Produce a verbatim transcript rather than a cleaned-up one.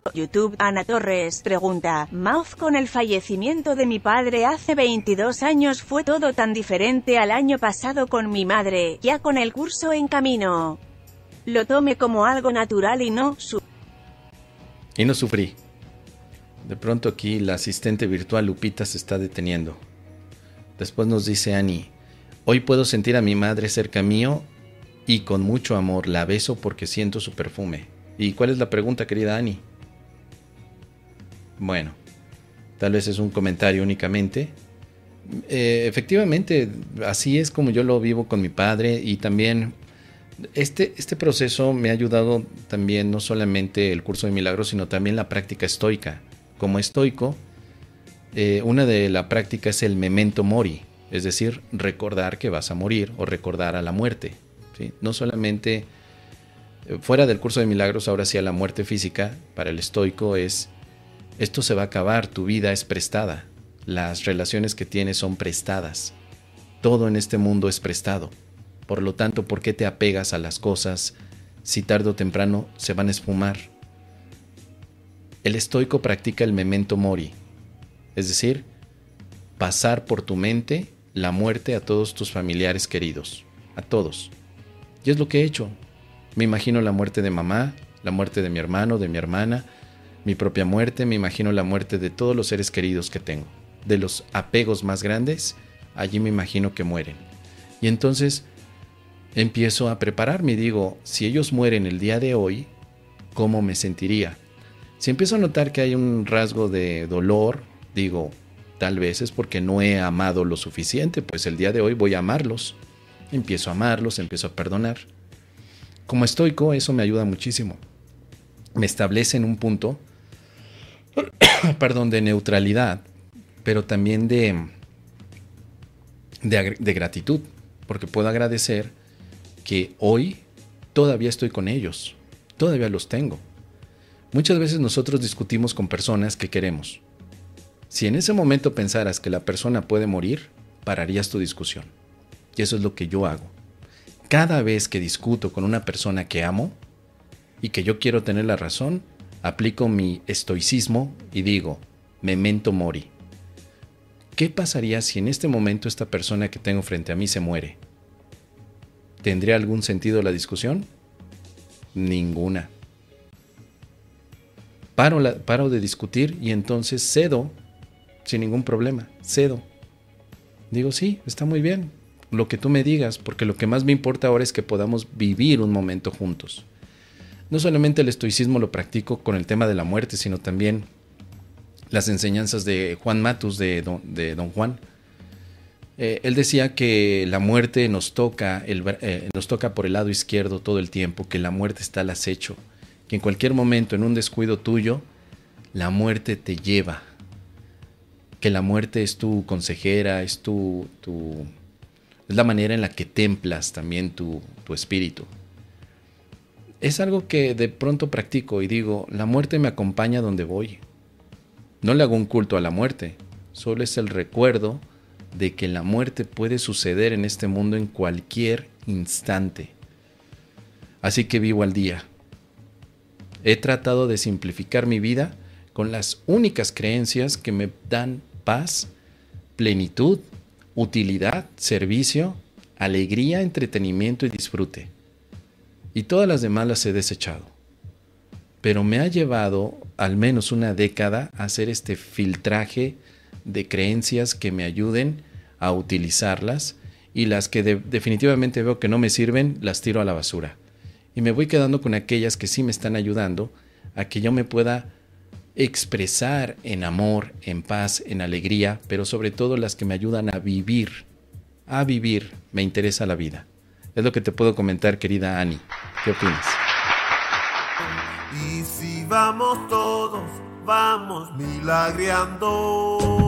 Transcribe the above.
YouTube. Ana Torres pregunta, Mauf, con el fallecimiento de mi padre hace veintidós años fue todo tan diferente al año pasado con mi madre, ya con el curso en camino. Lo tomé como algo natural y no su Y no sufrí. De pronto aquí la asistente virtual Lupita se está deteniendo. Después nos dice Ani, hoy puedo sentir a mi madre cerca mío y con mucho amor la beso porque siento su perfume. ¿Y cuál es la pregunta, querida Ani? Bueno, tal vez es un comentario únicamente. Eh, efectivamente, así es como yo lo vivo con mi padre y también este, este proceso me ha ayudado también no solamente el curso de milagros, sino también la práctica estoica. Como estoico, eh, una de las prácticas es el memento mori, es decir, recordar que vas a morir o recordar a la muerte. ¿Sí? No solamente eh, fuera del curso de milagros, ahora sí a la muerte física, para el estoico es, esto se va a acabar, tu vida es prestada, las relaciones que tienes son prestadas, todo en este mundo es prestado. Por lo tanto, ¿por qué te apegas a las cosas si tarde o temprano se van a esfumar? El estoico practica el memento mori, es decir, pasar por tu mente la muerte a todos tus familiares queridos, a todos. Y es lo que he hecho. Me imagino la muerte de mamá, la muerte de mi hermano, de mi hermana, mi propia muerte, me imagino la muerte de todos los seres queridos que tengo. De los apegos más grandes, allí me imagino que mueren. Y entonces empiezo a prepararme y digo, si ellos mueren el día de hoy, ¿cómo me sentiría? Si empiezo a notar que hay un rasgo de dolor, digo, tal vez es porque no he amado lo suficiente, pues el día de hoy voy a amarlos. Empiezo a amarlos, empiezo a perdonar. Como estoico, eso me ayuda muchísimo. Me establece en un punto, perdón, de neutralidad, pero también de, de, de gratitud, porque puedo agradecer que hoy todavía estoy con ellos, todavía los tengo. Muchas veces nosotros discutimos con personas que queremos. Si en ese momento pensaras que la persona puede morir, pararías tu discusión. Y eso es lo que yo hago. Cada vez que discuto con una persona que amo y que yo quiero tener la razón, aplico mi estoicismo y digo, memento mori. ¿Qué pasaría si en este momento esta persona que tengo frente a mí se muere? ¿Tendría algún sentido la discusión? Ninguna. Paro, la, paro de discutir y entonces cedo sin ningún problema, cedo. Digo, sí, está muy bien, lo que tú me digas, porque lo que más me importa ahora es que podamos vivir un momento juntos. No solamente el estoicismo lo practico con el tema de la muerte, sino también las enseñanzas de Juan Matus, de Don, de Don Juan. Eh, él decía que la muerte nos toca, el, eh, nos toca por el lado izquierdo todo el tiempo, que la muerte está al acecho, que en cualquier momento, en un descuido tuyo, la muerte te lleva, que la muerte es tu consejera, es tu, tu es la manera en la que templas también tu, tu espíritu. Es algo que de pronto practico y digo, la muerte me acompaña donde voy. No le hago un culto a la muerte, solo es el recuerdo de que la muerte puede suceder en este mundo en cualquier instante. Así que vivo al día. He tratado de simplificar mi vida con las únicas creencias que me dan paz, plenitud, utilidad, servicio, alegría, entretenimiento y disfrute. Y todas las demás las he desechado. Pero me ha llevado al menos una década a hacer este filtraje de creencias que me ayuden a utilizarlas y las que de- definitivamente veo que no me sirven, las tiro a la basura. Y me voy quedando con aquellas que sí me están ayudando a que yo me pueda expresar en amor, en paz, en alegría, pero sobre todo las que me ayudan a vivir, a vivir, me interesa la vida. Es lo que te puedo comentar, querida Ani. ¿Qué opinas? Y si vamos todos, vamos milagreando.